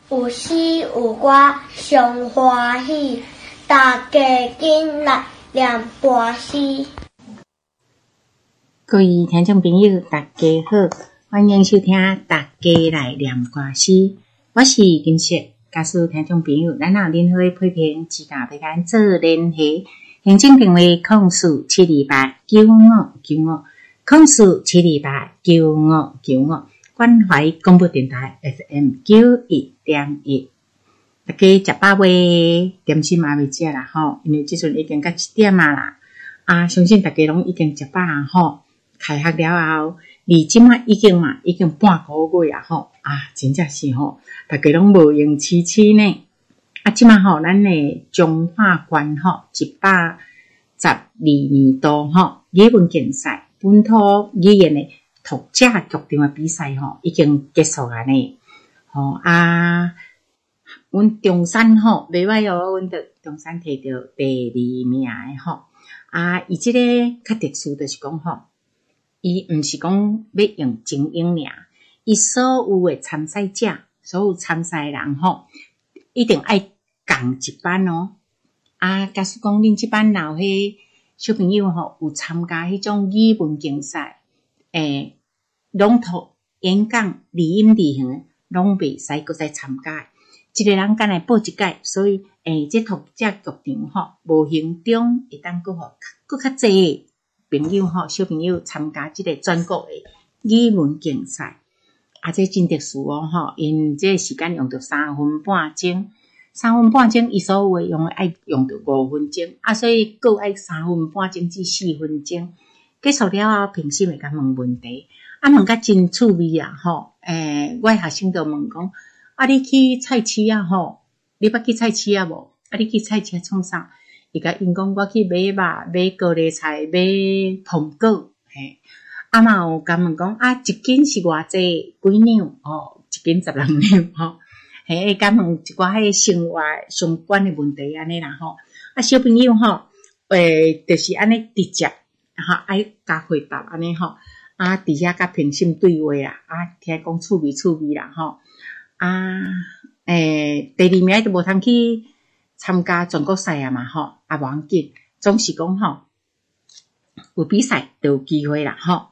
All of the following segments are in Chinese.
有诗有歌上欢喜，大家紧来念歌诗。 各位听众朋友，大家好，欢迎收听大家来念歌诗。我是金雪，假使听众朋友，咱有任何批评指教，要咱做联系。行政电话0472895595，0472895595，关怀广播电台 FM91.1。大家食饱未？点心嘛未食啦吼，因为即阵已经到7点啦。相信大家拢已经食饱啦吼。开学了后，离即马已经半个月啊吼，真正是吼，大家拢无用痴痴呢。即马吼，咱的中华关吼112年度吼语文竞赛本土语言的读者剧场的比赛吼已经结束啊呢。阮中山吼袂歹哦，阮着中山摕到第2名的吼。伊即个较特殊就是讲吼。伊毋是讲要用精英尔，伊所有的参赛者，所有参赛人吼，一定爱共一班哦。假使讲恁即班老迄小朋友吼，有参加迄种语文竞赛，朗读、演讲、理音、理行，拢袂使搁再参加。一个人干来报一届，所以这读者剧场吼，无形中会当搁较济。朋友吼，小朋友参加即个全国的语文竞赛，这真特殊哦吼，因这时间用到3分半钟，3分半钟伊所有的用爱用到5分钟，所以各爱3分半钟至4分钟。结束了后，评审会甲问问题，问甲真趣味啊吼。我的学生就问讲，你去菜市啊吼，你捌去菜市啊无？你去菜市创啥？伊甲因讲，我去买肉、买高丽菜、买苹果，嘛有甲问讲，一斤是偌济？几两？一斤16两吼。甲问一寡迄生活相关的问题安尼啦吼。小朋友吼，就是安尼直接爱甲回答安尼吼。伫遐甲评审对话啦，听讲趣味啦吼。第2名就无通去参加全国赛啊嘛吼，无要紧，总是讲吼有比赛就有机会啦吼。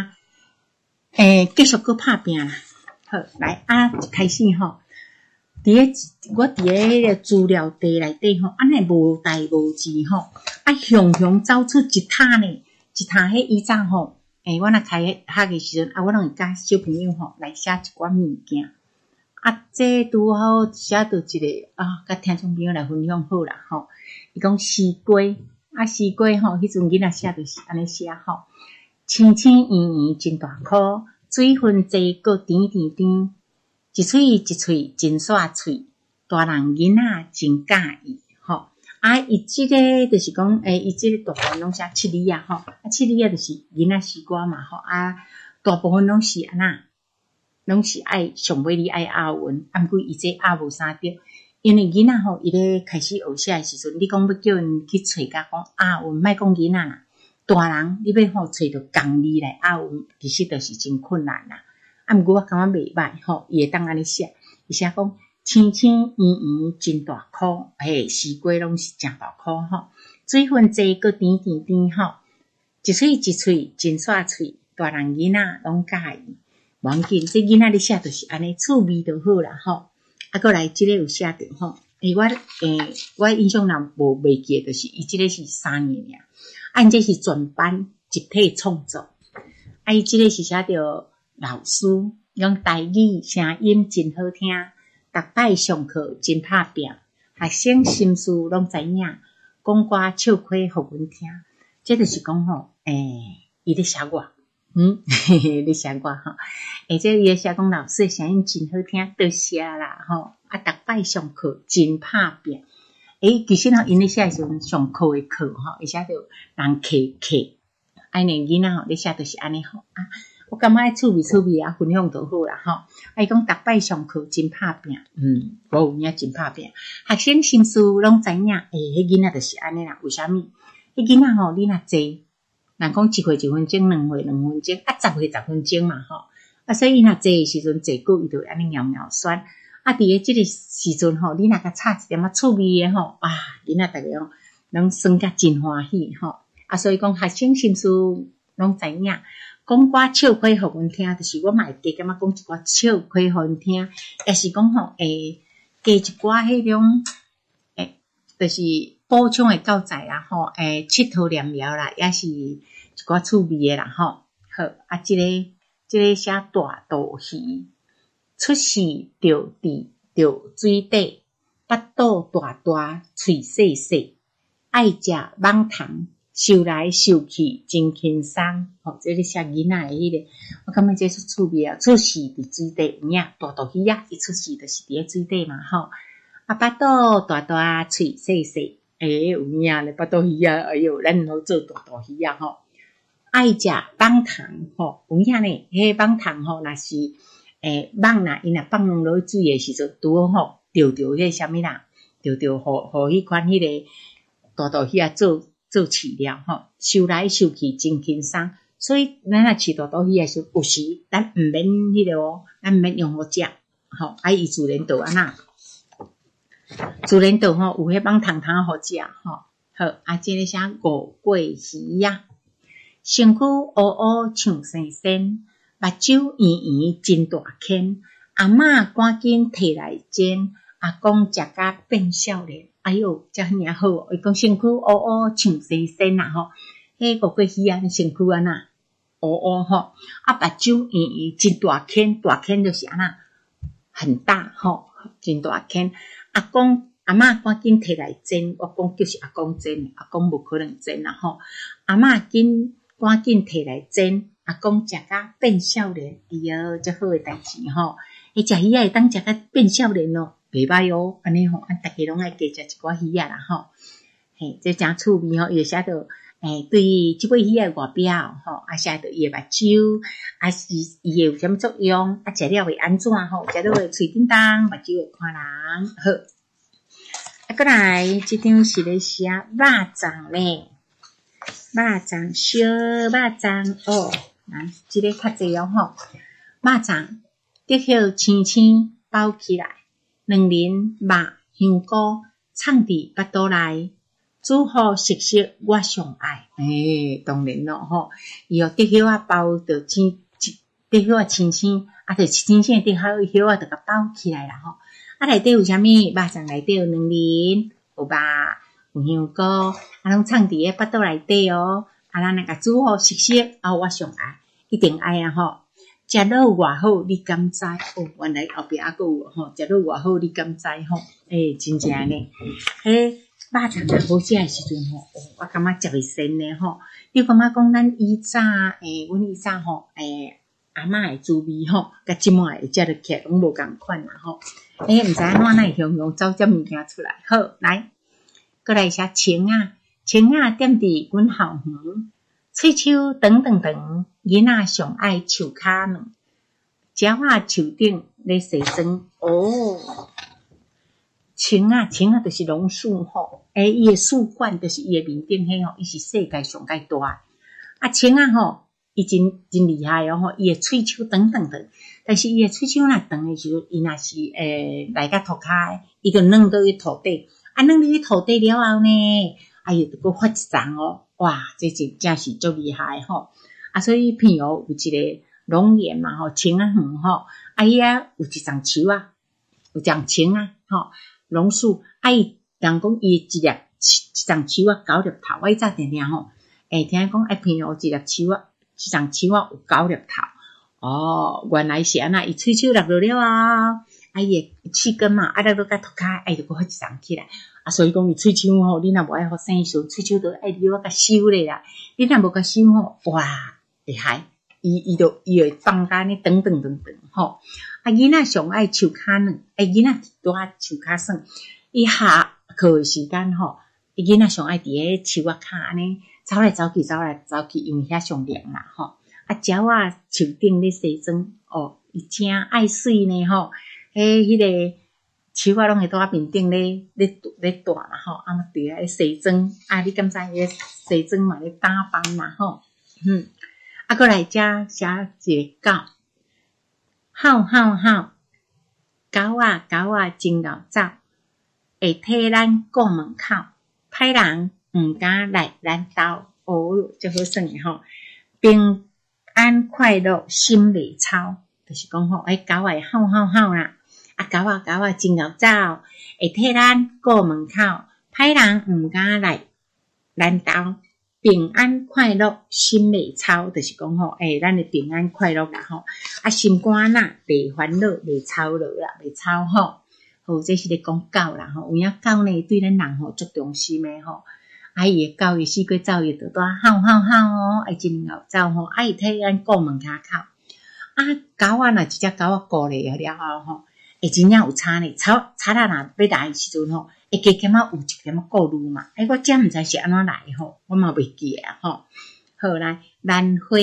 继续搁拍拼啦。好，来一开始吼，我伫迄个资料地内底吼，安尼无代无志吼，雄雄走出一塔呢，一塔迄以前吼，我若开学的时阵，我拢会教小朋友吼来写一寡物件。这拄好写到一个甲听众朋友来分享好啦吼。伊讲西瓜，西瓜吼，迄阵囡仔写就是安尼写吼。青青圆圆真大颗，水分济个甜甜甜，一喙一喙真煞脆，大人囡仔真喜意吼。伊即个就是讲，伊即个大部分拢写7字啊吼，7字就是囡仔西瓜嘛吼。大部分拢是安那。拢是爱上尾哩爱押韵，毋过伊这押无啥对，因为囡仔吼，伊咧开始学写的时阵，你讲要叫因去找甲讲押韵，莫讲囡仔啦，大人你要找到共字来押韵，其实就是真困难啦。毋过我感觉袂歹吼，伊会当安尼写，伊写讲青青圆圆真大颗，西瓜拢是真大颗吼，水分济个甜甜甜吼，一喙一喙真煞脆，大人囡仔拢喜意。无要紧，这囡仔咧写就是安尼，趣味就好啦吼。过来即个有写着吼，我印象中袂记，就是伊即个是3个尔，因这是全班集体创作。伊即个是写着老师用台语声音真好听，逐摆上课真拍拼，学生心思拢知影，讲歌唱歌互阮听。这就是讲吼，伊咧写我。你写过吼？这伊写讲老师的声音真好听，多谢啦吼。逐摆上课真拍拼。其实吼，因咧写的时阵上课的课吼，伊写着人客，安尼囡仔吼，咧写就是安尼吼。我感觉趣味分享就好啦吼。讲逐摆上课真拍拼，我有影真拍拼。学生心思拢知影，迄囡仔就是安尼啦。为虾米？迄囡仔吼，你若坐。人讲1回1分钟，2回2分钟，10回10分钟嘛吼。所以伊若坐的时阵坐久，伊就安尼喵喵酸。 伫咧即个时阵吼，你若甲炒一点趣味诶吼，哇，囡仔逐个吼拢算甲真欢喜吼。所以讲学生心思拢知影，讲歌唱歌互阮听，就是我嘛会加感觉讲一寡唱歌互阮听，也是讲吼加一寡迄种就是补充诶教材啦吼，佚佗念聊啦，也是一寡趣味诶啦吼。好，即个写大肚鱼，出世着水底，腹肚大大，喙细细，爱食网虫，收来收去真轻松。这个写囡仔诶迄个，我感觉这是趣味啊。出世伫水底有影，大肚鱼啊，伊出世就是伫咧水底嘛吼。腹肚大大，喙细细，有影咧，腹肚鱼啊，哎哟，咱好做大肚鱼啊吼。爱食网虫吼，有影咧，迄网虫吼，若是网啦，伊若放落去水诶时阵，拄好吼，钓着迄啥物啦，钓互迄款迄个大肚鱼啊做饲料吼，收来收去真轻松。所以咱若饲大肚鱼诶时，有时咱毋免迄个哦，咱毋免用好食吼，伊自然倒安那，自然倒吼有迄网虫通好食吼。好，即个写五桂鱼啊。身躯乌乌像生鲜，目睭圆圆真大圈。阿嬷赶紧摕来煎，阿公食甲变少年。哎哟，遮尔好哦！伊讲身躯乌乌像生鲜啦吼，迄五桂鱼啊，身躯安那乌乌吼，目睭圆圆真大圈，大圈就是安那很大吼，真大圈。阿嬷赶紧摕来煎，我讲就是阿公煎，阿公无可能煎啦吼。阿嬷赶紧摕来煎，阿公食甲变少年，哎哟，遮好诶代志吼！伊食鱼仔会当食甲变少年咯，袂歹哦。安尼吼，逐个拢爱加食一寡鱼仔啦吼。这真趣味吼，伊就写到对即尾鱼仔外表吼，写到伊诶目睭，是伊有啥物作用，食了会安怎吼？食了会喙叮当，目睭会看人。好，过来，即张是咧写肉粽咧。肉粽小肉粽哦，即个较济哦吼。肉粽得许青青包起来，两仁肉香菇藏伫腹肚内，煮好熟食我上爱。当然咯吼，伊得许包着得许青青，就青青得许就甲包起来啦吼。内底有啥物？肉粽内底有两仁，有肉。有香菇，拢藏伫咧腹肚内底哦。咱若甲煮好熟食，我上爱，一定爱啊吼！食了偌好，你敢知？哦，原来后壁还佫有吼，食了偌好，你敢知吼？真正呢。肉粽若好食诶时阵吼，我感觉食袂sen呢吼。你感觉讲咱以早阮以早吼阿嬷诶滋味吼，甲即满会食得起来拢无共款啦吼。毋知安怎会香走这物件出来？好，来。过来写青仔踮伫阮后园，喙鬚长长长，囡仔上爱树骹软，鸟仔树顶咧洗霜。青仔就是榕树吼，伊诶树冠就是伊诶面顶迄吼，伊是世界上介大。青仔吼，伊真厉害哦吼，伊诶喙鬚长长长，但是伊诶喙鬚若长诶时阵，伊若是来甲涂骹，伊就软倒去土底。软入去土底了后呢，哎哟，佫发一丛哦，哇，这真正是足厉害吼。所以片有一个龙眼嘛吼，青仔园吼，伊有一丛树啊，有一丛青啊吼，榕树，伊人讲伊一丛树啊9粒头，我早定定吼，听讲片有一丛树啊有9粒头。原来是安那，伊喙鬚落落了啊。伊诶翅根嘛，落落甲涂骹，就佫发一丛起来。所以讲伊喙鬚吼，你若无爱互生时，喙鬚都爱留甲修咧啦。你若无甲修吼，哇，厉害！伊会放甲呢，长吼。囡仔上爱树骹软，囡仔拄啊树骹酸。伊下课诶时间吼，囡仔上爱伫咧树仔骹安尼走来走去，因为遐上凉啦吼。鸟仔树顶咧洗霜，伊真爱水呢吼。迄个树仔拢会伫面顶咧住嘛吼，对咧洗霜。你敢知伊洗霜嘛咧打扮嘛吼？过来遮写一个狗，吼吼吼， 狗仔真牛走，会替咱顾门口，歹人毋敢来咱兜。哦，这好耍诶吼，平安快乐心袂操，就是讲吼，狗仔会吼啦，狗仔真牛走，会替咱顾门口，歹人毋敢来咱兜。平安快乐心袂操，就是讲吼，咱的平安快乐啦吼，心肝呐袂烦恼，袂操劳啦，袂操吼。好，这是咧讲狗啦吼，有影狗呢对咱人吼足重视诶吼，伊会狗伊四过走伊就带吼哦，真牛走吼，伊替咱顾门口。狗仔若一只狗仔顾咧了后吼，会真正有差呢，差啊若要来诶时阵吼。会加减有一点顾虑嘛？我真毋知是安怎来吼，我嘛袂记啊吼。好来，兰花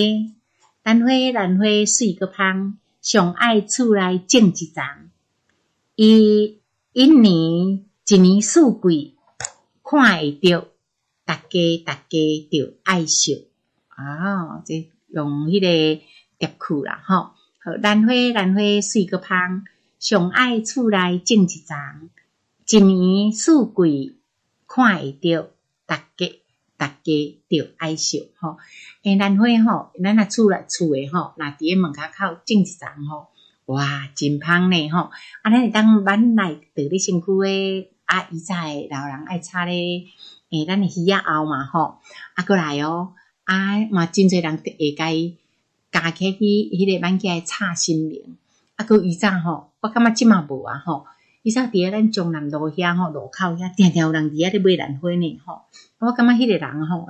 水个芳，上爱厝内种一丛。伊一年四季看会着，大家着爱惜。这用迄个叠句啦吼。好，兰花水个芳，上爱厝内种一丛。一年四季看会着，大家着爱惜吼。兰花吼，咱若厝诶吼，若伫咧门口种一丛吼，哇，真芳呢吼。咱会当挽来倒咧身躯诶，以前老人爱插咧，咱诶耳仔后嘛吼，过来嘛真侪人会甲伊加起去迄个挽起来插心灵。过以前吼，我感觉即嘛无啊吼。以前伫咧咱中南路遐吼，路口遐定有人伫遐咧买兰花呢吼。我感觉迄个人吼，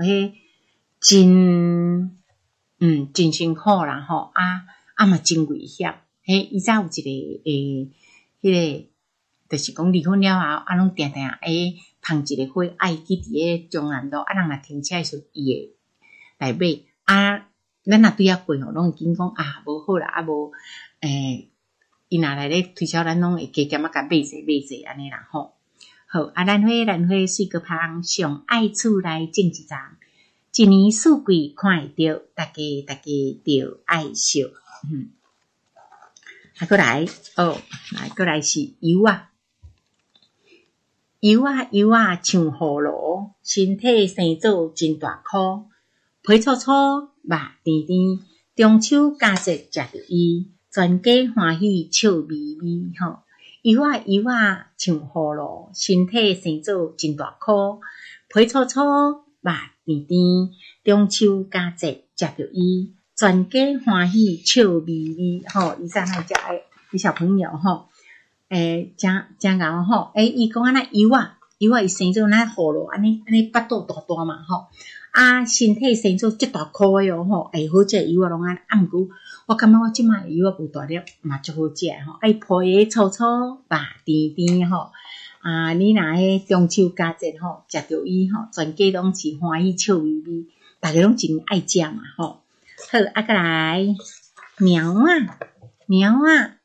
真辛苦啦吼，嘛真危险。以前有一个迄个，就是讲离婚了后，拢定放一个花，去伫咧中南路，人若停车诶时，伊会来买。咱若对遐过吼，拢会紧讲无好啦，无伊若来咧推销，咱拢会加减甲买济安尼啦吼。好，兰花水个芳，上爱厝内种一丛，一年四季看会着，大家着爱惜。过来过来是油啊像葫芦，身体生做真大颗，皮粗粗，肉甜甜，中秋佳节食着伊。全家欢喜笑眯眯吼，油啊像葫芦，身体生做真大颗，皮粗粗，肉甜甜，中秋佳节食着伊，全家欢喜笑眯眯吼。以前那只小朋友吼，真牛吼，伊讲安那油啊，伊生做那葫芦，安尼巴肚大嘛吼，身体生做这大颗诶吼，好食油啊拢毋过。我感觉我即摆油无大粒，嘛足好食吼。皮粗粗，肉甜甜吼。你若中秋佳节吼，食着伊吼，全家拢是欢喜笑眯眯，大家拢真爱食嘛吼。好，过来猫啊，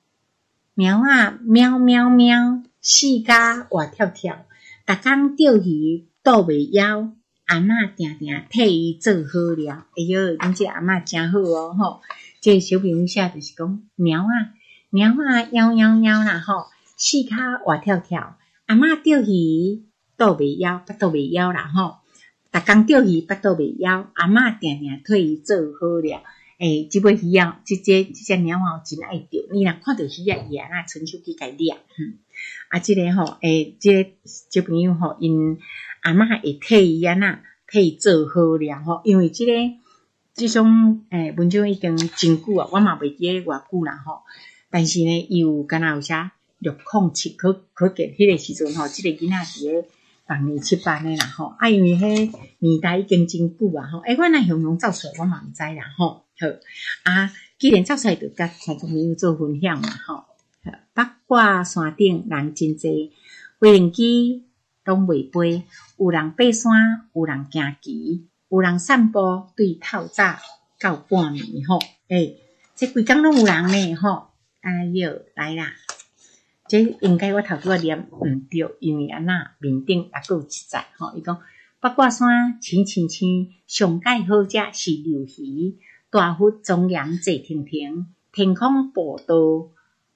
喵，四甲活跳跳，逐工钓鱼倒袂枵，阿嬷定替伊做好料。恁这阿嬷真好吼。这小朋友写就是讲猫啊，喵啦吼，四脚活跳跳，阿嬷钓鱼倒袂枵啦吼，逐工钓鱼巴肚袂枵，阿嬷定替伊做好料。即尾鱼啊，这只猫啊真爱钓，你若看到鱼啊，伊啊伸手去甲伊掠。这个吼，这个小朋友吼，因阿嬷会替伊替伊做好料吼，因为这种文章已经真久啊，我嘛袂记咧偌久啦吼。但是呢，伊有敢若有写607，可见迄个时阵吼，这个囡仔伫咧6年7班诶啦吼。因为迄年代已经真久啊吼。我若形容走出来，我嘛毋知啦吼。好既然走出来，就甲听众朋友做分享嘛吼。八卦山顶人真济，飞行机拢袂飞，有人爬山，有人行棋。有人散步对透早到半暝吼，这规工拢有人呢吼。来啦，这应该我头拄念毋对，因为安那面顶也佫有一载吼。伊讲八卦山青，上界好食是流鱼，大佛庄严坐亭亭，天空步道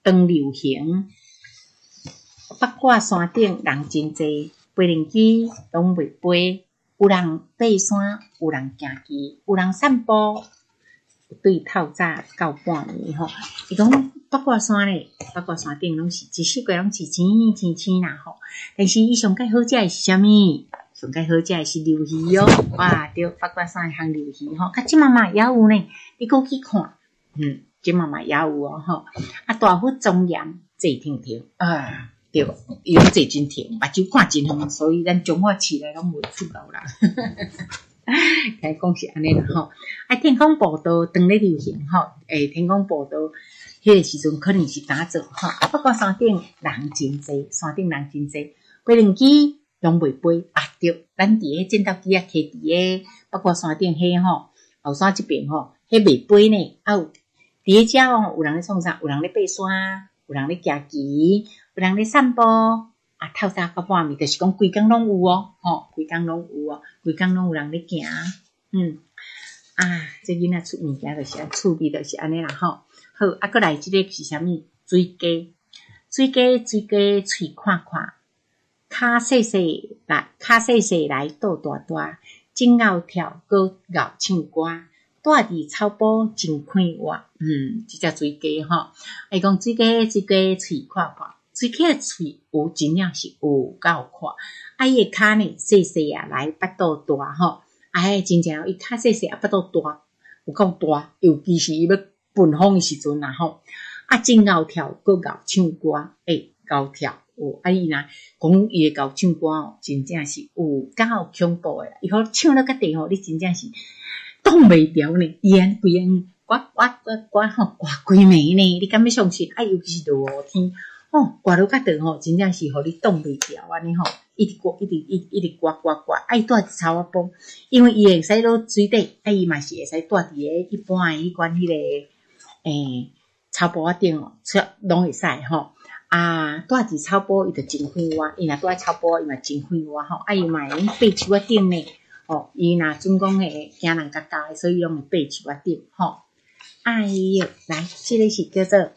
当流行，八卦山顶人真济，飞轮机拢袂飞，有人爬山，有人行机，有人散步。对透早到半暝吼，伊讲八卦山咧，八卦山顶拢是一世界拢是青啦吼。但是伊上介好食的是啥物？上介好食的是鰾鱼哦，哇！对，八卦山的烘鰾鱼吼，甲即嘛也有呢，你搁去看，即嘛也有哦吼。啊，大佛庄严坐停停啊，对，伊拢坐真停，目睭看真远，所以咱中午起来拢袂眵到啦。该讲是安尼啦吼，啊天空步道当咧流行吼，天空步道迄个时阵可能是打做吼，八卦山顶人真济，山顶人真济，飞轮机拢袂飞啊对，咱伫个战斗机啊骑伫个八卦山顶迄吼，后山即边吼，迄袂飞呢，啊有伫个遮哦，有人咧创啥？有人咧爬山，有人咧行棋，有人咧散步。啊，透早到半暝，就是讲规工拢有哦，吼，规工拢有哦，规工拢有人咧行，这囡仔出物件就是趣味，就是安尼啦吼。好，啊，过来即个是啥物？水鸡，水鸡，喙看看，骹细细来肚大大，真敖跳，搁敖唱歌，住伫草埔真快活，即只水鸡吼，伊讲水鸡，喙看看。水鸡的喙有真正是有够看，啊伊的骹呢细细啊来巴肚大吼，真正伊骹细细啊巴肚大，有够大，尤其是伊要奔放的时阵啦吼，真敖跳，搁敖唱歌，敖跳，伊若讲伊的敖唱歌哦，真正是有够恐怖的，伊好唱到甲地吼，你真正是挡袂牢呢，伊安规安，我吼挂规暝呢，你敢要相信？尤其是落雨天。刮到甲长吼，真正是互你挡袂牢安尼吼，一直刮，一直刮，伊住伫草仔坡，因为伊会使落水底，伊嘛是会使住伫个一般的迄款迄个草坡仔顶哦，拢会使吼。住伫草坡伊就真快活，伊若住喺草坡伊嘛真快活吼，伊嘛会用爬树仔顶呢，伊若准讲会惊人家咬，所以拢会爬树仔顶吼。来，即个是叫做。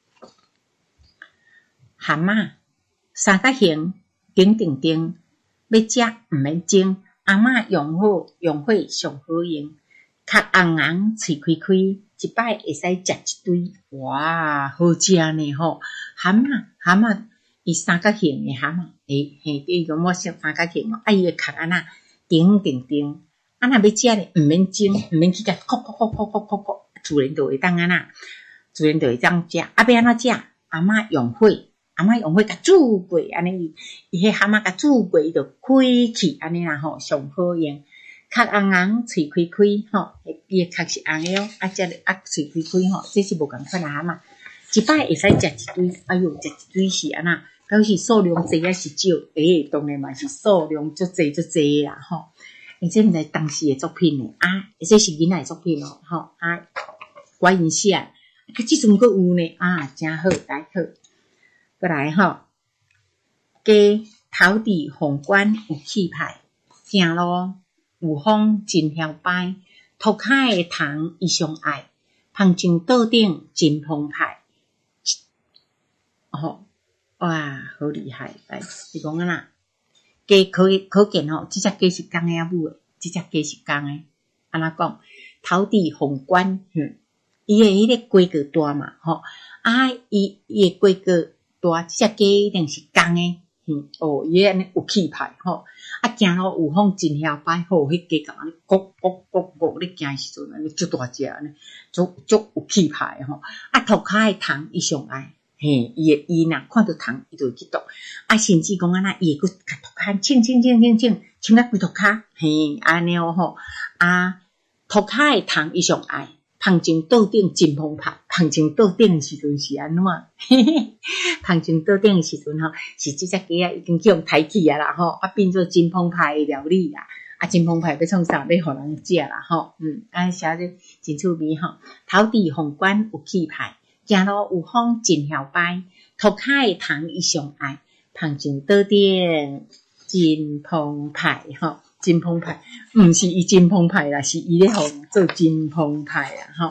蛤蟆三角形，顶，要食毋免蒸，阿嬷用火上好用，壳红红，喙开开，一摆会使食一堆，哇，好食呢吼！蛤蟆，伊三角形的蛤蟆，伊讲我食三角形哦，伊个壳安那顶，若要食咧，毋免蒸，毋免去甲扣，自然就会当安那，自然就会当食，要安怎食？阿嬷用火甲煮过，安尼伊迄蛤蟆甲煮过，伊就开去安尼啦吼，上好用。壳红红，喙开吼，伊个壳是红的哦，喙开吼，这是无共款的蛤蟆。一摆会使食一堆，食一堆是安那，表示数量济还是少？当然嘛是数量足济啦吼。这毋知当时的作品呢，这是囡仔的作品哦，吼我印象，即阵阁有呢，真好，来好。过来吼，鸡头伫皇冠有气派，行路有风真嚣摆，涂骹的糖伊上爱，芳情桌顶真澎湃。哇，好厉害！来，是讲啊啦，鸡可见吼，即只鸡是公的啊母的，即只鸡是公的。安怎讲？头伫皇冠，伊的迄个规格大嘛，吼，伊的规格。大即只鸡一定是公诶，伊安尼有气派吼，行路有风真嚣摆，迄鸡共安尼咕，你行诶时阵安尼足大只安尼，足有气派吼，涂骹诶虫伊上爱，伊若看到虫伊就会去倒，甚至讲安那伊会佮甲涂骹清到规涂骹，安尼吼，涂骹诶虫伊上爱。芳情桌顶真澎湃，芳情桌顶的时阵是安怎？芳情桌顶的时阵吼，是即只鸡已经叫人抬起啊啦吼，变做真澎湃的料理啦，真澎湃要创啥？要互人食啦吼，写得真趣味吼。头伫皇冠有气派，行路有风真嚣摆，涂骹的虫伊上爱，芳情桌顶真澎湃吼。真澎湃，毋是伊真澎湃啦，是伊咧互做真澎湃啦吼。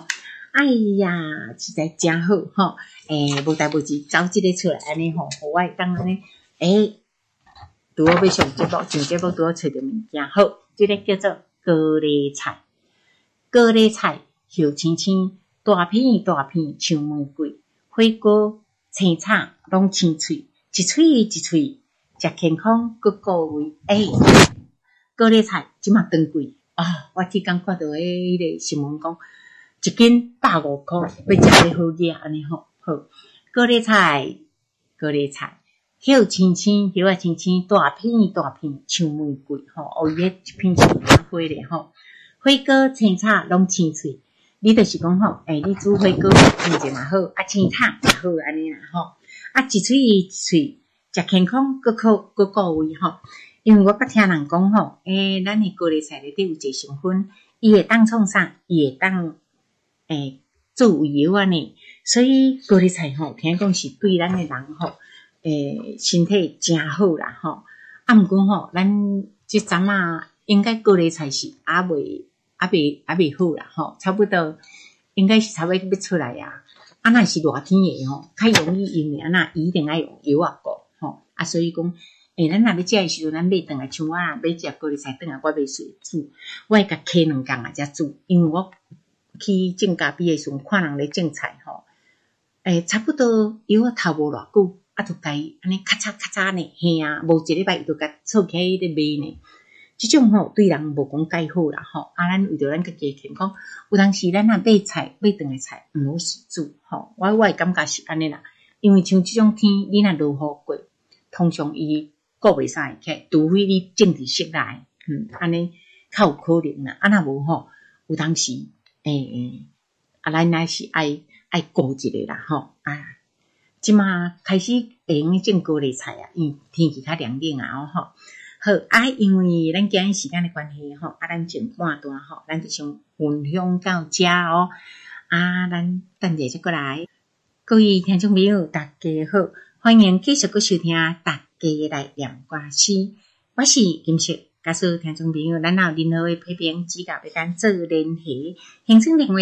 哎呀，实在真好吼！无代无志找即个出来安尼吼，互我当安尼拄好要上节目，上节目拄好找着物件好，即个叫做高丽菜。高丽菜叶青青，大片大片像玫瑰，火锅、青菜拢青脆，一喙一喙，食健康佮顾胃。高丽菜即嘛当贵啊！我去刚看到迄个新闻讲，一斤150块，要食得好野安尼吼。好，高丽菜，叶青青，叶啊青青，大片大片像玫瑰吼，伊迄一片像花花咧吼。火锅、青菜拢青脆，你就是讲吼，你煮火锅品质嘛好，青菜也好安尼啦吼，一喙一喙，食健康佮顾胃吼。因为我捌听人讲吼，咱的高丽菜内底有一个成分，伊会当创啥？伊会当做胃药安尼，所以高丽菜吼，听讲是对咱的人吼，身体真好啦吼。毋过吼，咱即阵啊，应该高丽菜是未好啦吼，差不多应该是差不多要出来啊。若是热天的吼，较容易用的伊一定要用药啊顾吼。所以讲。咱若要食的时阵，咱买转来，像我买食高丽菜转来，我袂随煮，我会甲揢2工啊才煮，因为我去种咖啡的时阵，看人咧种菜吼，差不多油啊头无偌久，就甲伊安尼咔嚓咔嚓呢，嘿啊，无一礼拜伊就甲凑起来咧卖呢。即种吼对人无讲介好啦吼，咱为着咱家己健康，有当时咱若买转来菜，毋好随煮吼，我会感觉是安尼啦，因为像即种天，你若落雨过，通常伊顾袂啥会起，除非你种伫室内，安尼较有可能啦。若无吼，有当时，咱还是爱顾一个啦吼。即马开始会用种高丽菜啊，因为天气较凉冷啊吼。好因为咱今日时间的关系吼，咱前半段吼，咱就先分享到遮哦。咱等下再过来，各位听众朋友，大家好，欢迎继续搁收听大家来念歌诗，我是金色。假使听众朋友，咱有任何的批评指教，要咱做联系，行政电话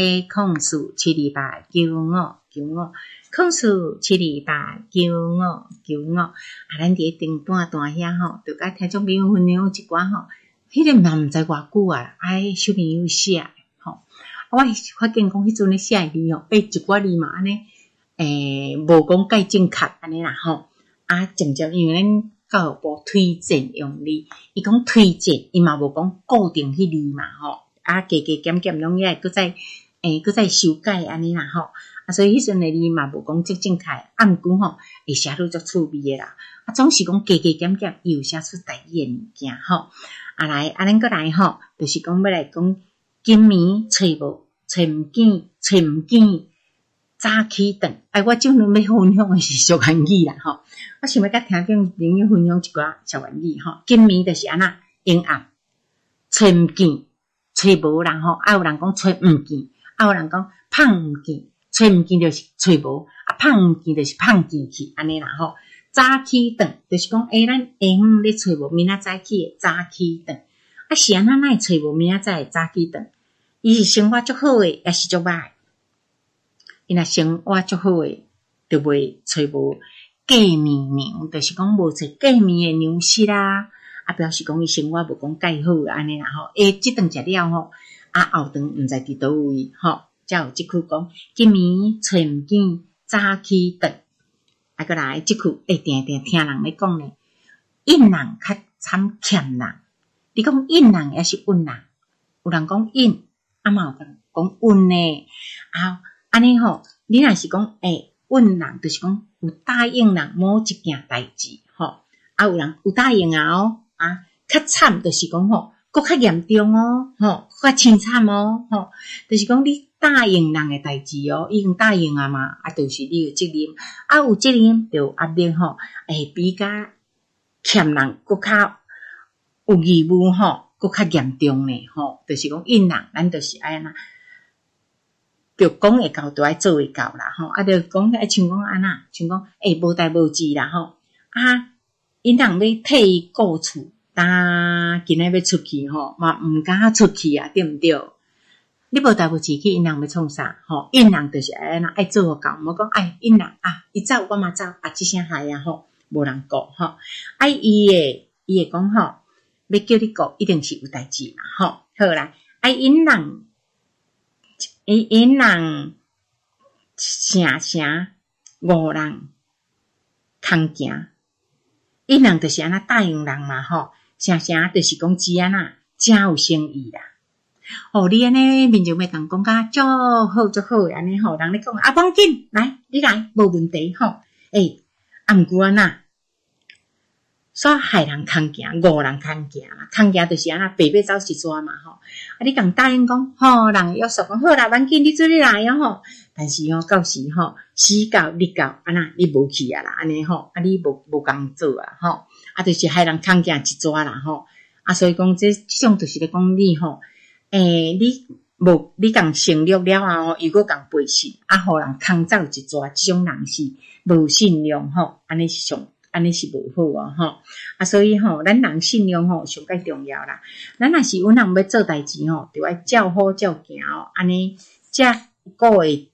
0472859595，0472859595。咱伫顶半段遐吼，就甲听众朋友分享一寡吼，迄个毋知偌久啊，小朋友写吼，我发现讲迄阵咧写字吼，一寡字嘛安尼，无讲介正确安尼啦吼。渐渐因为咱教育部推荐用字，伊讲推荐，伊嘛无讲固定迄字嘛吼，加减减拢也会搁再修改安尼啦吼。所以迄阵的字嘛无讲正确，毋过吼会写得足趣味的啦。总是讲加减减，伊有写出台语的物件吼。来，咱搁来吼，就是讲要来讲今暝找无找毋见。早起床，我即阵要分享的是俗谚语啦吼。我想要甲听众朋友分享一寡俗谚语吼。今暝就是安那阴暗，找毋见，找无啦吼。有人讲找毋见，有人讲碰毋见，找毋见就是找无，碰毋见就是碰见去安尼啦吼。早起床就是讲，咱下昏咧找无，明仔早起的早起床。是安那会找无明仔早的早起床？伊是生活足好诶，也是足歹？伊若生活足好诶，就袂找无过眠娘，就是讲无找过眠诶娘室啦。表示讲伊生活无讲介好安尼啦吼。即顿食了吼，后顿毋知伫倒位吼，才有即句讲，今暝找毋见早起床。过来即句定听人咧讲咧，应人较惨欠人。你讲应人也是运人，有人讲应，嘛有人讲运呢。安尼吼，你若是讲运人，就是讲有答应人某一件代志吼。有人有答应较惨就是讲吼，搁较严重吼，搁较凄惨吼，就是讲你答应人诶代志已经答应啊嘛，就是你有责任，有责任就有压力吼，比较欠人搁较有义务吼，搁较严重呢吼，就是讲应人，咱就是安那。就讲会到，就爱做会到啦吼。就讲像讲安那，像讲无代无志啦吼。因人要替伊顾厝，今仔要出去吼，嘛毋敢出去啊，对毋对？ 你无代无志去因人要创啥吼，因人就是安那爱做我搞，无讲哎因人啊，伊走我嘛走啊，即声害啊吼，无人顾吼，啊伊会讲吼，要叫你顾一定是有代志嘛吼，好啦，啊因人成5人空行，因人就是安那答应人嘛吼，成就是讲只安那真有诚意啦。哦，你安尼面就要共讲甲足好足好诶，安尼吼，人咧讲啊，放紧来，你来无问题吼。啊毋过安那，煞害人空行，5人空行啦，空行就是安那白白走一撮嘛吼。啊，你共答应讲吼，人约束讲好啦，万紧你做你来吼。但是吼，到时吼，时到日到，安那你无去啊啦，安尼吼，啊你无工做啊吼，啊就是害人空行一撮啦吼。啊，所以讲即种就是咧讲你吼。你共承诺了后，又搁共背信，啊，互人空走一撮，即种人是无信用吼，安尼是无好哦吼。啊，所以吼，咱人信用吼上介重要啦。咱若是有人要做代志吼，就要照好照行哦，安尼才会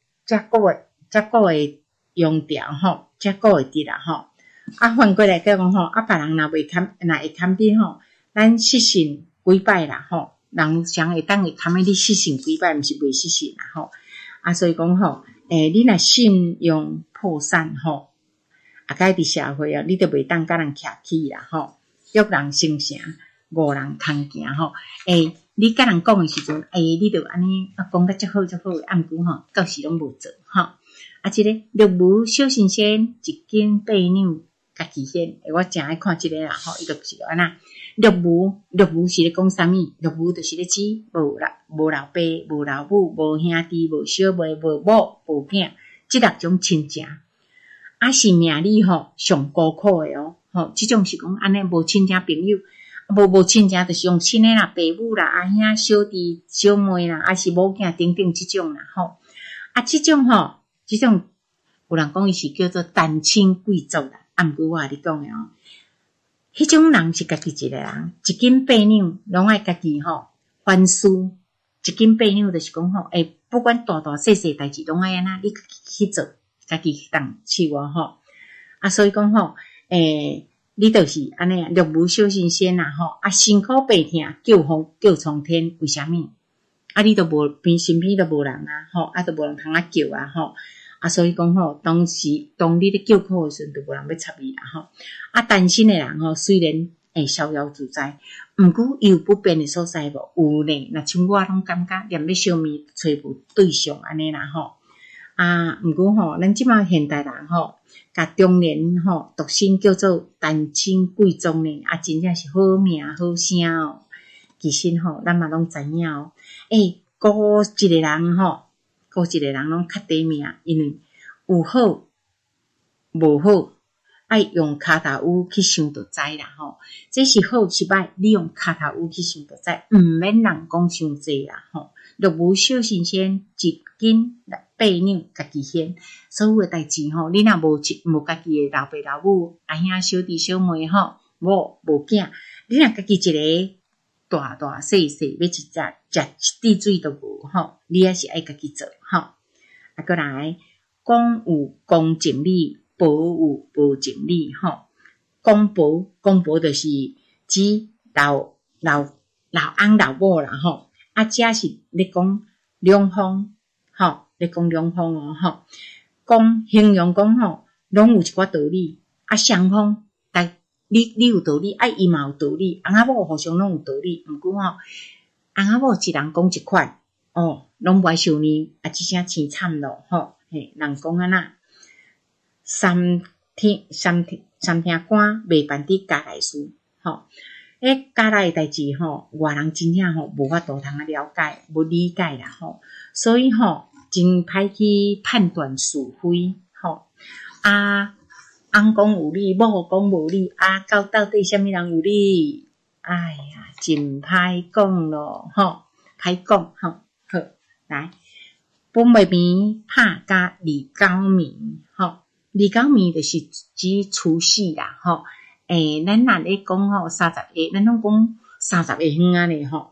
用掉吼，才会得啦吼。啊，反过来讲吼，啊，别人若会堪比吼，咱失信几摆啦吼。人常会当会堪你失信几摆，毋是袂失信啦吼。啊，所以讲吼，你若信用破产吼，啊，该伫社会啊，你都袂当甲人客气啦吼。约人成城，5人空行吼。你甲人讲诶时阵，你就安尼啊讲甲足好足好诶，啊毋过吼，到时拢无做吼。啊，即个绿毛小神仙，一斤8两家己献。我诚爱看即个啦吼，伊就是安那。绿毛是咧讲啥物？绿毛就是咧指无老爸、无老母、无兄弟、无小妹、无某、无囝，即6种亲情。啊，是命里吼上孤苦诶哦，吼，即种是讲安尼无亲情朋友，无亲情就是用亲诶啦，爸母啦、阿兄、小弟、小妹啦，啊是某囝等等即种啦吼。啊，即种有人讲伊是叫做单亲贵族啦，啊，毋过我甲你讲诶哦。迄种人是家己一个人，一斤8两，拢爱家己吼翻事。一斤8两就是讲吼，不管大大细细代志，拢爱安那你去做，家己动手哦吼。啊，所以讲吼，你就是安尼啊，绿毛小神仙啦吼，啊辛苦白疼叫苍天，为虾米？啊，你都无身边都无人啊，吼，啊都无人通啊叫啊吼。啊，所以讲吼，当你咧叫苦诶时阵，就无人要插你啦吼。啊，单身诶人吼，虽然会逍遥自在，毋过伊有不便诶所在无？有呢，若像我拢感觉念要小面找无对象安尼啦吼。啊，毋过吼，咱即马现代人吼，甲中年吼独身叫做单亲贵族呢，啊，真正是好命好声哦。其实吼，咱嘛拢知影哦。顾一个人拢较短命，因为有好无好，爱用骹头乌去想就知啦吼。这是好是歹，你用骹头乌去想就知，毋免人讲伤济啦吼。绿毛小神仙一斤8两家己献，所有诶代志吼，你若无家己诶老爸老母、阿兄小弟小妹吼，无囝，你若家己一个。大细要一食一滴水都无吼，你也是爱家己做吼。啊，过来公有公正理，婆有婆正理吼。公婆就是指老翁老母啦吼。啊，这是咧讲两方吼，咧讲两方哦吼。讲形容讲吼，拢有一寡道理，啊，双方你有道理，伊嘛有道理，翁仔某互相拢有道理。毋过吼，翁仔某一人讲一款，拢无爱受呢，啊，即声凄惨咯吼。人讲安那，三听官未办伫家内事吼。家内诶代志吼，外人真正吼无法度通啊了解，无理解啦吼。所以吼，真歹去判断是非吼。啊。翁讲有理，某讲无理，到底啥物人有理？哎呀，真歹讲咯，吼，歹讲吼。好，来，本未眠拍甲29眠，吼，29眠就是指除夕啦，吼。咱若咧讲吼30个，咱拢讲30个远啊咧，吼。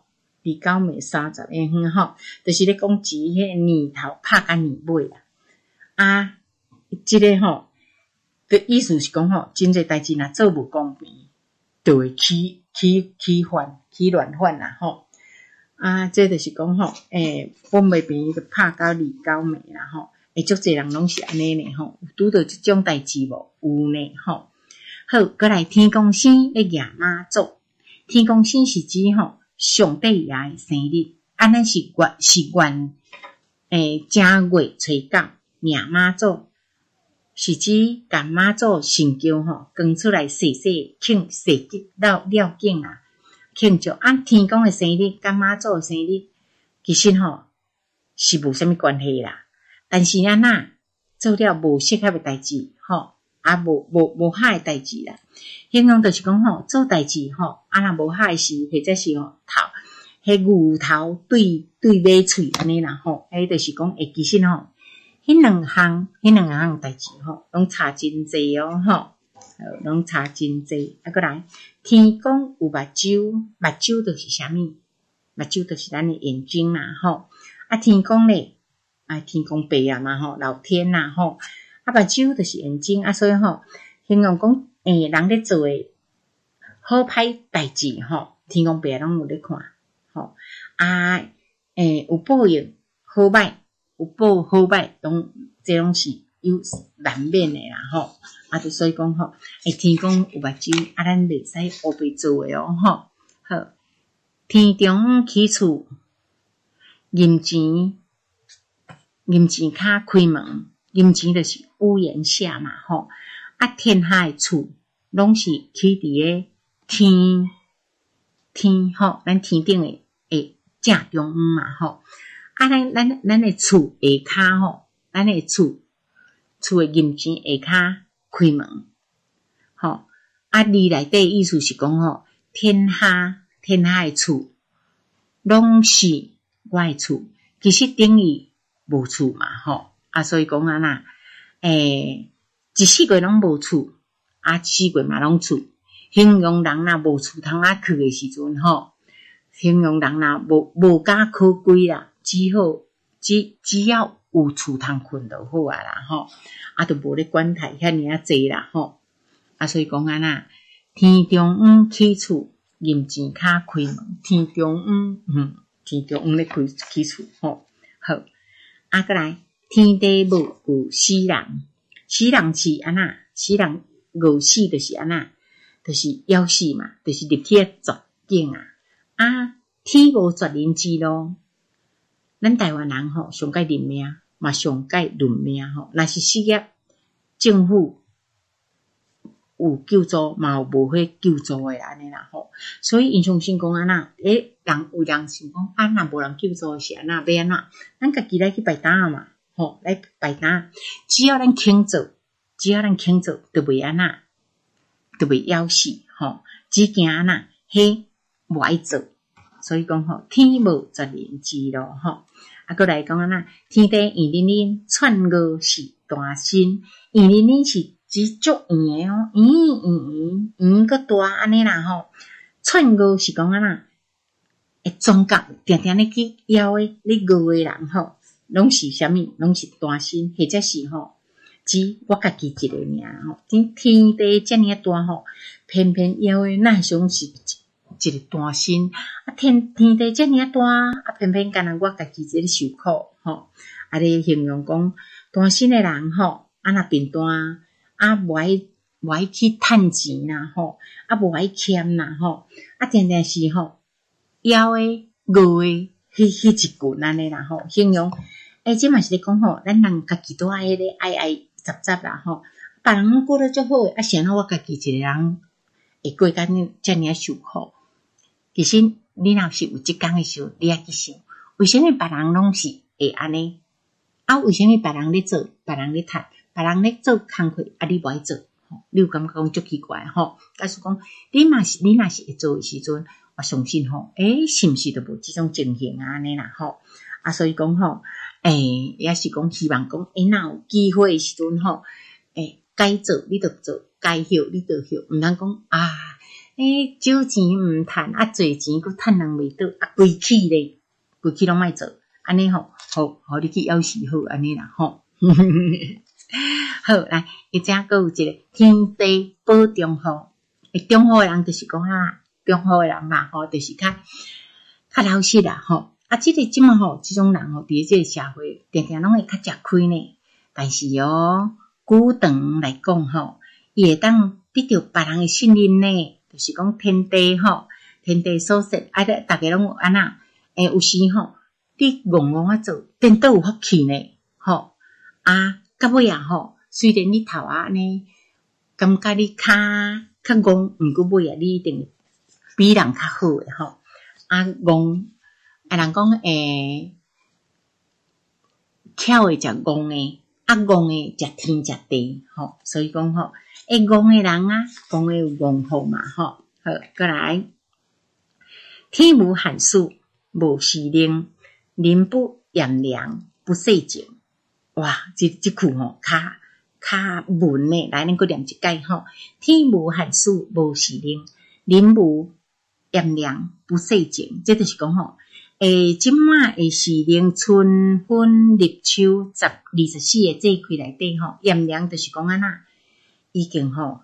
离九暝30个远吼，就是咧讲钱迄个年头拍甲年尾啦。啊，即个吼，的意思是讲吼，真侪代志若做无公平，就会起乱反啦吼。啊，这就是讲吼，本袂平就拍到离九暝啦吼。足侪人拢是安尼呢吼，拄到即种代志无？有呢吼。好，过来天公生咧夜妈祖，天公生是指吼上帝爷诶生日，咱是元正月初9，夜妈祖是指甲妈祖神轿吼扛出来洗庆了境啊，庆祝啊天公诶生日甲妈祖诶生日，其实吼是无啥物关系啦。但是啊那做了无适合诶代志吼，啊无好诶代志啦。形容就是讲吼，做代志吼，啊若无好诶事，或者是吼迄牛头对马喙安尼啦吼，就是讲其实吼，迄两项代志吼，拢差真济哦吼，拢差真济。啊，过来，天公有目睭，目睭就是啥物？目睭就是咱诶眼睛啦吼。啊，天公咧。天公伯啊嘛吼，老天呐吼，目睭就是眼睛啊，所以吼，形容讲人咧做诶好歹代志吼，天公伯拢有咧看吼。有报应好歹，有报好歹，这拢是有难免诶啦吼。就所以讲吼，天公有目睭，咱袂使乌白做诶哦吼。好，天中起厝，银钱卡开门，银钱就是屋檐下嘛吼。天下诶厝拢是起伫诶天吼，咱天顶诶正中央嘛吼。咱诶厝下骹吼，咱诶厝诶银钱下骹开门吼。字内底意思是讲吼，天下诶厝拢是我诶厝，其实等于无厝嘛吼。所以讲啊呐一世界拢无厝，四界嘛拢厝。形容人若无厝通去诶时阵吼，形容人若无甲可归啦，只要有厝通困就好啊啦吼。就无咧管太遐尔济啦吼。所以讲啊呐，天中央起厝，银钱卡开门，天中央咧起厝吼。好，过来天地无有死人，死人是安那？死人饿死就是安那？就是夭死嘛，就是入去绝境啊。天无绝人之路，咱台湾人吼上界认命，嘛上界论命吼。若是事业政府有救助，嘛有无迄救助诶安尼啦吼。所以因相信讲安那，人有人想讲若无人救助是安那要安那？咱家己来去摆摊嘛吼，来摆摊，只要咱肯做，就袂安那，就袂夭死吼。只惊安那，迄无爱做。所以讲吼，天无绝人之路吼。过来讲安那，天地圆圆圆，串五是大身，圆圆圆是指足圆诶哦，圆个大安尼啦吼。串五是讲安那，中角定定咧去枵诶，咧五诶人吼，拢是啥物？拢是大身，或者是吼，指我家己一个尔吼。天地遮尔大吼，偏偏枵诶，哪像是一个大身天地遮尔大偏偏干那我家己在受苦吼。咧形容讲大身诶人吼，若变大无爱去趁钱啦吼，无爱欠啦吼，定定是吼枵诶饿诶迄一群安尼啦吼。形容这嘛是咧讲吼，咱人家己都爱咧爱杂啦吼，别人过得足好诶，是安怎我家己一个人会过甲遮尔受苦？其实你若是有即工诶时候，你爱去想，为什么别人拢是会安尼？为什么别人咧做，别人咧趁，别人咧做工课，你无爱做？你有感觉讲足奇怪吼？假使讲你若是会做诶时阵，我相信吼，是毋是都无即种情形安尼啦吼？所以讲吼，也是讲希望讲，若有机会诶时阵吼，该做你就做，该休你就休，毋通讲少钱毋趁，啊侪钱佫趁人袂倒，啊规气咧，规气拢莫做，安尼吼，互你去要死好安尼啦吼。好，来，而且佫有一个天地保重好，中好诶人就是讲中好诶人嘛吼，就是较老实啦吼。啊，即个即满吼，即种人吼，伫咧即个社会，定定拢会较吃亏呢。但是久长来讲吼，伊会当得到别人诶信任呢。就是讲天地吼，天地所设，啊，大家拢有安那，有时吼，你戆啊做，颠倒有福气呢，吼啊，到尾啊吼，虽然你头啊安尼，感觉你较戆，毋过尾啊，你一定比人较好诶吼，啊戆。人讲巧诶食戆诶，啊戆诶食天食地吼，所以讲吼，戆诶人啊，戆诶有戆好嘛吼。好，过来，天无寒暑无时令，人不炎凉不世情。哇，即句吼，较文诶，来咱佫念一解吼。天无寒暑无时令，人无炎凉不世情。这就是讲吼。即满诶时令春分立秋24个节气内底吼，炎凉就是讲安那，已经吼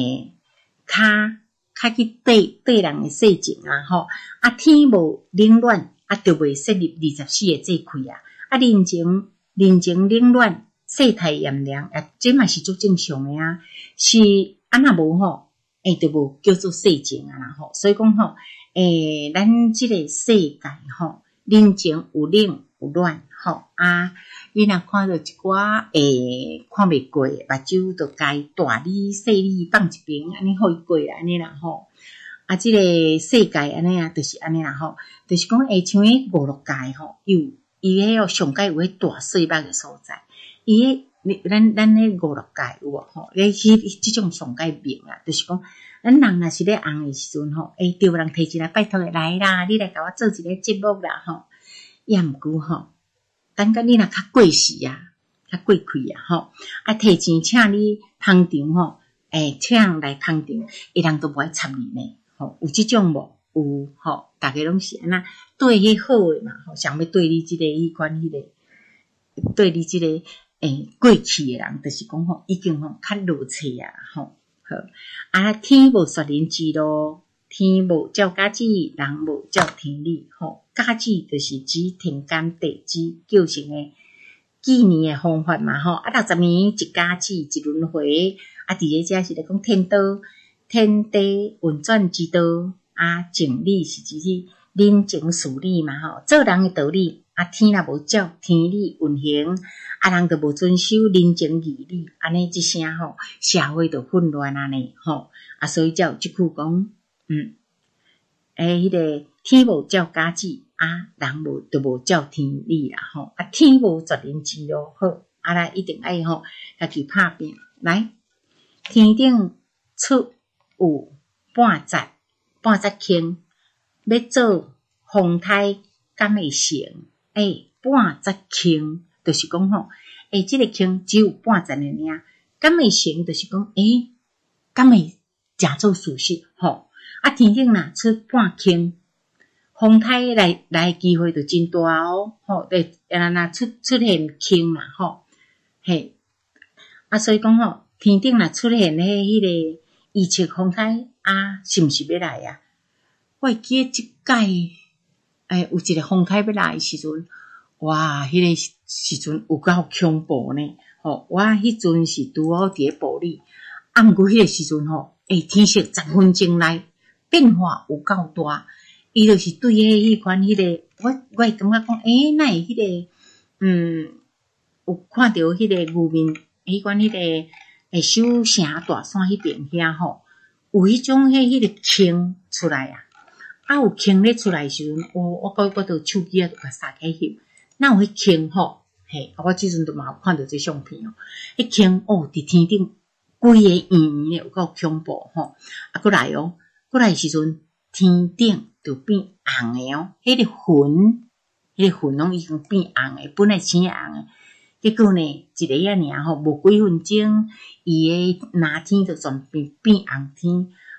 较去对人诶世情啊吼，啊天无冷暖，啊就袂设立24个节气啊，啊人情冷暖，世态炎凉，这嘛是足正常诶啊，是安那无吼，就无叫做世情啊啦吼，所以讲吼。咱即个世界吼，人情有冷有暖吼啊！你若看到一寡看袂过目睭，就该大理细理放一边，安尼互伊过安尼啦吼。啊，即个世界安尼啊，就是安尼啦吼，就是讲像迄5、6界吼，伊迄上界有迄大细目诶所在，伊迄咱迄5、6界有无吼？即种上界面啊，就是讲。咱人若是咧红诶时阵吼，对人提起来拜托来啦，你来甲我做一个节目啦吼，也毋过吼，等甲你若较过时啊，较过气啊吼，提钱请你捧场吼，请来捧场，人都无爱插你呢，吼，有即种无？有吼，大家拢是安那对迄好诶嘛，吼，想要对你即个迄款迄个，对你即个过气诶人，就是讲吼，已经吼较落切啊吼。好，天无绝人之路，天无照家子，人无照天理。吼，家子就是指天干地支构成诶纪年诶方法嘛。吼，60年一家子一轮回。伫咧遮是咧讲天道，天地运转之道。情理是指人情事理嘛。吼，做人诶道理。天若无照天理运行，人就无遵守人情义理，安尼一声吼，社会就混乱啊呢吼。所以才有即句讲，迄个天无照家子，人就无照天理啦吼。天无绝人之路，好，来一定爱吼，家己拍拼来。天顶出有半截轻，要做风台敢会成？半截轻，就是讲吼，即个轻只有半截诶尔，敢会成？就是讲，敢会诚做事实吼。天顶若出半轻，风台来机会就真大哦，吼，若出现轻啦吼，嘿，所以讲吼，天顶若出现迄个预测风台是毋是要来啊？我会记得即届。有一个风台要来诶时阵，哇，迄个时阵有够恐怖呢！吼，我迄阵是拄好伫咧部里，毋过迄个时阵吼，天色10分钟内变化有够大，伊就是对迄款迄个，我会感觉讲，哪会迄个，有看到迄个牛面，迄款迄个首城大山迄边遐吼，有迄种迄个青出来啊。有轻咧出来时阵，我就手机就甲撒开翕，哪有迄轻吼？嘿，我即阵都嘛有看到这相片哦。迄轻伫天顶，规个圆圆有够恐怖吼！过来过来时阵，天顶就变红诶哦。迄个云拢已经变红诶，本来青红诶，结果呢，一个尔吼，无几分钟，伊诶蓝天就全变红天。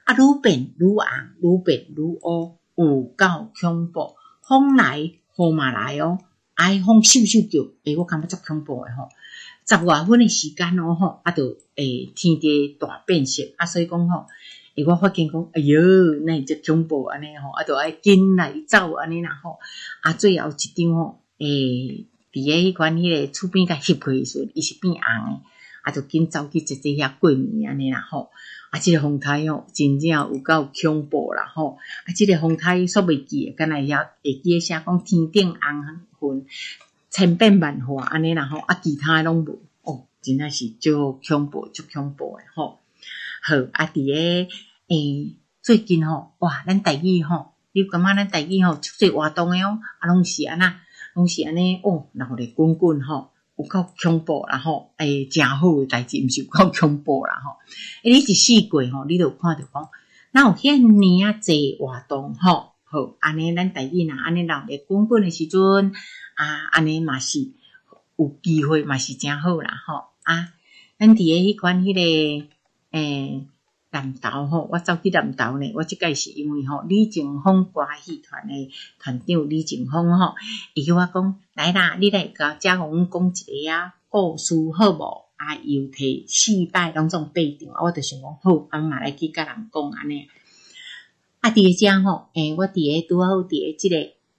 愈变愈红，愈变愈乌，有够恐怖。风来雨嘛来哦，风咻咻叫，我感觉足恐怖诶吼。10月份诶时间哦吼，就天地大变色，所以讲吼，我发现讲，哎哟，那足恐怖安尼吼，就爱紧来走安尼啦吼。最后一张吼，伫迄款迄个厝边甲翕开时阵，伊是变红诶，就紧走去坐遐过年安尼啦吼。这个风台吼，真正有够恐怖啦吼！这个风台煞袂记，敢若遐会记写讲天顶红云千变万化安尼啦吼，其他拢无真正是足恐怖足恐怖诶吼。好伫最近吼，哇，咱台语吼，你感觉咱台语吼，足侪活动诶哦，拢是安那，拢是安尼闹咧滚滚吼。有够恐怖啦吼，真好诶代志，毋是有够恐怖啦吼。你一试过吼，你就看到讲，哪有遐尔啊济活动吼，好，安尼咱台语若安尼闹咧滚滚诶时阵，安尼嘛是有机会嘛是真好啦吼。咱伫迄款迄个南投吼，我走去南投呢，我即届是因为吼李正峰歌戏团诶团长李正峰吼，伊叫我讲来啦，你来甲遮甲阮讲一个故事好无？又摕4摆拢总爬场，我就想讲好，嘛来去甲人讲安尼。伫遮吼，我伫拄好伫即个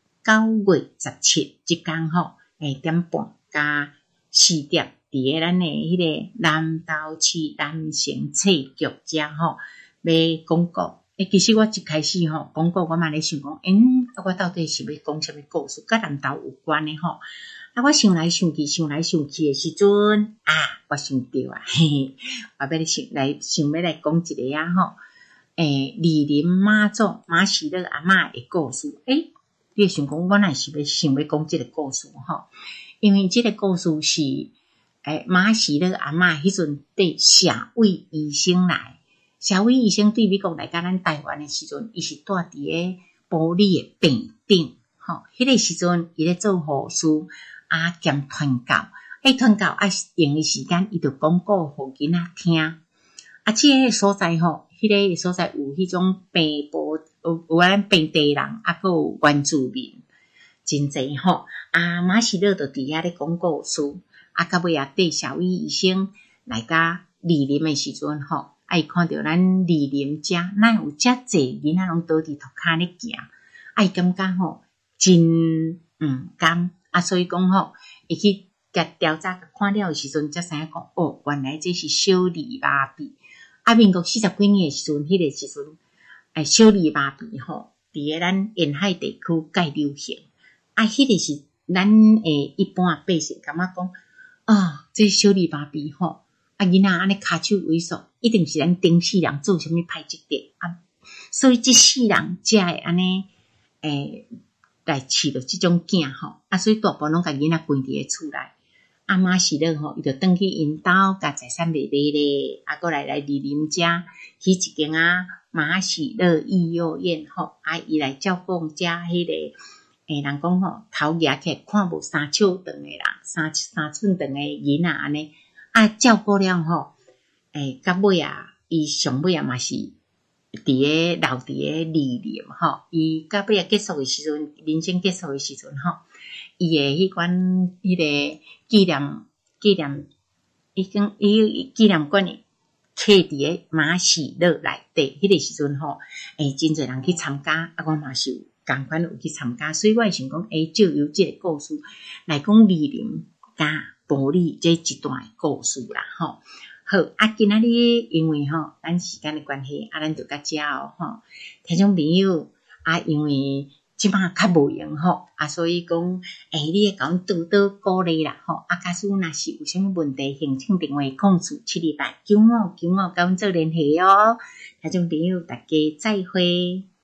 9月17即天吼，1点半加4点。伫咱诶迄个南投市南城册局遮吼，要广告。其实我一开始吼广告，我嘛咧想讲，我到底是要讲什么故事，甲南投有关诶吼。我想来想去诶时阵，我想到嘿嘿，我要来讲一个吼，李林妈祖马喜乐阿嬷诶故事。你想讲，我若是想要讲即个故事吼，因为即个故事是。马喜乐阿嬷迄阵对社会医生来，社会医生对美国来甲咱台湾诶时阵，伊是住伫个玻璃诶病顶，吼，迄个时阵伊咧做护士，兼传教，传教用诶时间，伊就广告互囡仔听。即个所在吼，迄个所在有迄种病部，有咱本地人，还有原住民，真济吼。马喜乐就伫遐咧讲故事。到尾对社会医生来甲莅临诶时阵吼，伊看到咱莅临遮，哪有遮济囡仔拢倒伫涂骹咧行，伊感觉吼真甘，所以讲吼，伊去甲调查看了诶时阵，才知影讲原来这是小儿麻痹。民国40几年诶时阵，迄个时阵，小儿麻痹吼，伫个咱沿海地区介流行。迄个是咱一般百姓感觉讲。这小儿麻痹吼，囡仔安尼骹手猥琐，一定是咱顶世人做啥物歹积德所以即世人才会安尼来饲着即种囝吼，所以大部分拢甲囡仔关伫个厝内。马喜乐吼，伊就转去因兜，甲财产卖咧，过来莅临遮，去一间马喜乐育幼院吼，伊来照顾遮迄个。人讲吼，头举起看无3尺长诶啦，3寸长诶囡仔安尼，照顾了吼，到尾伊上尾嘛是伫个留伫个理念吼，伊到尾结束诶时阵，人生结束诶时阵吼，伊诶迄款迄个纪念，伊纪念馆诶刻伫个马喜乐内底，迄个时阵吼，真侪人去参加，我嘛是有。共款有去参加，所以我会想讲，就由这个故事来讲莅临加玻璃这一段故事啦，吼。好，今仔日因为吼，咱时间的关系，咱就到遮吼。听众朋友，因为即摆较无闲吼，所以讲，你会甲阮多多鼓励啦，吼。假使若是有啥物问题，请请电话04759595甲阮做联系哦。听众朋友，大家再会。